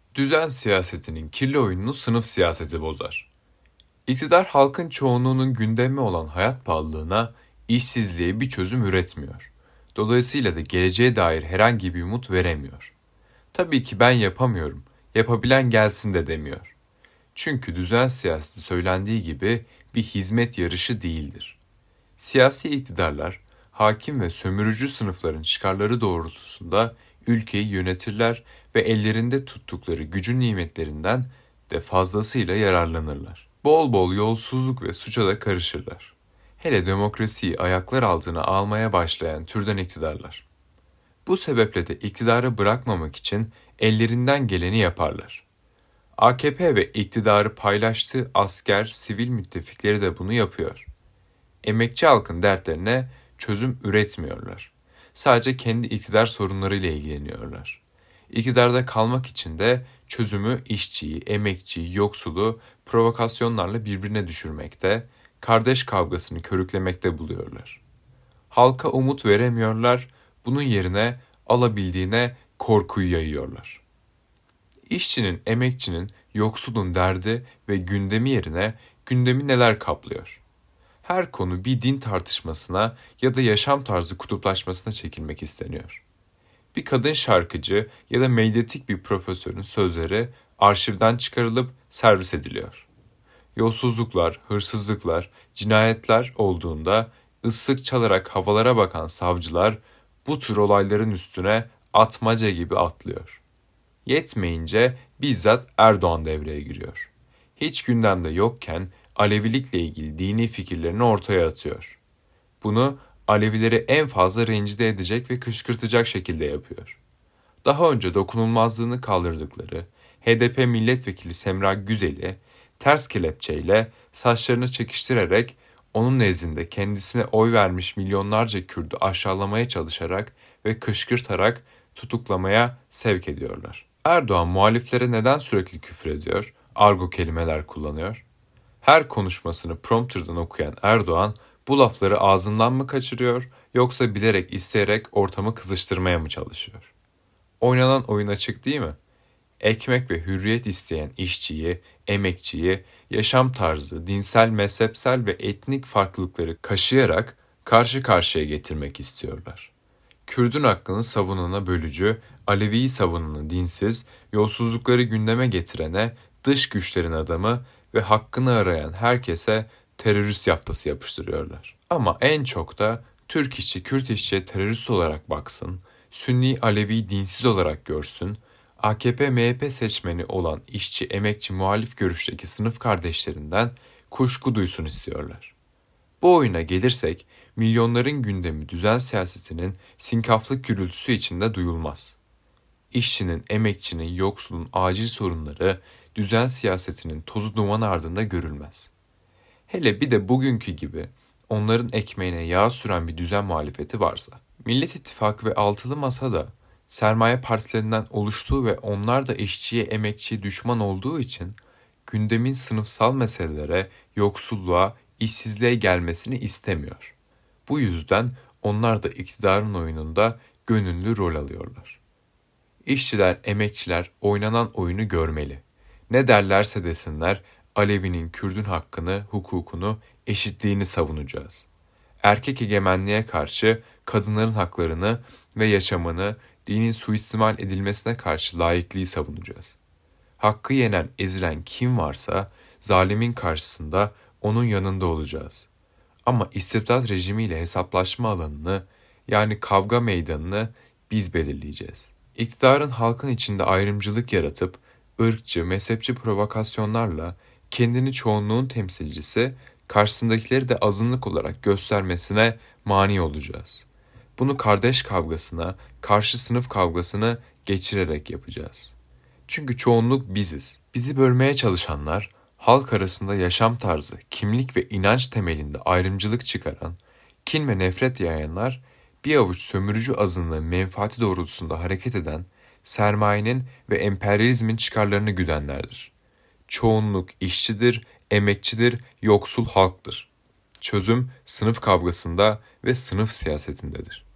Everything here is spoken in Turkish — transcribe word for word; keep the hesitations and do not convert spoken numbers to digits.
Düzen siyasetinin kirli oyununu sınıf siyaseti bozar. İktidar halkın çoğunluğunun gündemi olan hayat pahalılığına, işsizliğe bir çözüm üretmiyor. Dolayısıyla da geleceğe dair herhangi bir umut veremiyor. Tabii ki ben yapamıyorum, yapabilen gelsin de demiyor. Çünkü düzen siyaseti söylendiği gibi bir hizmet yarışı değildir. Siyasi iktidarlar, hakim ve sömürücü sınıfların çıkarları doğrultusunda ülkeyi yönetirler ve ellerinde tuttukları gücün nimetlerinden de fazlasıyla yararlanırlar. Bol bol yolsuzluk ve suça da karışırlar. Hele demokrasiyi ayaklar altına almaya başlayan türden iktidarlar. Bu sebeple de iktidarı bırakmamak için ellerinden geleni yaparlar. A K P ve iktidarı paylaştığı asker, sivil müttefikleri de bunu yapıyor. Emekçi halkın dertlerine çözüm üretmiyorlar. Sadece kendi iktidar sorunlarıyla ilgileniyorlar. İktidarda kalmak için de çözümü işçiyi, emekçiyi, yoksulu provokasyonlarla birbirine düşürmekte, kardeş kavgasını körüklemekte buluyorlar. Halka umut veremiyorlar, bunun yerine alabildiğine korkuyu yayıyorlar. İşçinin, emekçinin, yoksulun derdi ve gündemi yerine gündemi neler kaplıyor? Her konu bir din tartışmasına ya da yaşam tarzı kutuplaşmasına çekilmek isteniyor. Bir kadın şarkıcı ya da medyatik bir profesörün sözleri arşivden çıkarılıp servis ediliyor. Yolsuzluklar, hırsızlıklar, cinayetler olduğunda ıslık çalarak havalara bakan savcılar bu tür olayların üstüne atmaca gibi atlıyor. Yetmeyince bizzat Erdoğan devreye giriyor. Hiç gündemde yokken Alevilikle ilgili dini fikirlerini ortaya atıyor. Bunu Alevileri en fazla rencide edecek ve kışkırtacak şekilde yapıyor. Daha önce dokunulmazlığını kaldırdıkları H D P milletvekili Semra Güzel'i ters kelepçeyle saçlarını çekiştirerek onun nezdinde kendisine oy vermiş milyonlarca Kürdü aşağılamaya çalışarak ve kışkırtarak tutuklamaya sevk ediyorlar. Erdoğan muhaliflere neden sürekli küfür ediyor, argo kelimeler kullanıyor? Her konuşmasını prompterdan okuyan Erdoğan bu lafları ağzından mı kaçırıyor yoksa bilerek isteyerek ortamı kızıştırmaya mı çalışıyor? Oynanan oyun açık değil mi? Ekmek ve hürriyet isteyen işçiyi, emekçiyi, yaşam tarzı, dinsel, mezhepsel ve etnik farklılıkları kaşıyarak karşı karşıya getirmek istiyorlar. Kürdün hakkını savunana bölücü, Alevi'yi savunana dinsiz, yolsuzlukları gündeme getirene dış güçlerin adamı ve hakkını arayan herkese terörist yaftası yapıştırıyorlar. Ama en çok da Türk işçi, Kürt işçiye terörist olarak baksın, Sünni, Alevi dinsiz olarak görsün, A K P M H P seçmeni olan işçi, emekçi, muhalif görüşteki sınıf kardeşlerinden kuşku duysun istiyorlar. Bu oyuna gelirsek, milyonların gündemi düzen siyasetinin sinkaflık gürültüsü içinde duyulmaz. İşçinin, emekçinin, yoksulun acil sorunları düzen siyasetinin tozu duman ardında görülmez. Hele bir de bugünkü gibi onların ekmeğine yağ süren bir düzen muhalefeti varsa. Millet İttifakı ve Altılı Masa da sermaye partilerinden oluştuğu ve onlar da işçiye, emekçiye düşman olduğu için gündemin sınıfsal meselelere, yoksulluğa, işsizliğe gelmesini istemiyor. Bu yüzden onlar da iktidarın oyununda gönüllü rol alıyorlar. İşçiler, emekçiler oynanan oyunu görmeli. Ne derlerse desinler, Alevinin, Kürdün hakkını, hukukunu, eşitliğini savunacağız. Erkek egemenliğe karşı kadınların haklarını ve yaşamını dinin suistimal edilmesine karşı laikliği savunacağız. Hakkı yenen, ezilen kim varsa zalimin karşısında onun yanında olacağız. Ama istibdat rejimiyle hesaplaşma alanını, yani kavga meydanını biz belirleyeceğiz. İktidarın halkın içinde ayrımcılık yaratıp ırkçı, mezhepçi provokasyonlarla kendini çoğunluğun temsilcisi, karşısındakileri de azınlık olarak göstermesine mani olacağız. Bunu kardeş kavgasına, karşı sınıf kavgasını geçirerek yapacağız. Çünkü çoğunluk biziz. Bizi bölmeye çalışanlar, halk arasında yaşam tarzı, kimlik ve inanç temelinde ayrımcılık çıkaran, kin ve nefret yayanlar, bir avuç sömürücü azınlığın menfaati doğrultusunda hareket eden, sermayenin ve emperyalizmin çıkarlarını güdenlerdir. Çoğunluk işçidir, emekçidir, yoksul halktır. Çözüm sınıf kavgasında ve sınıf siyasetindedir.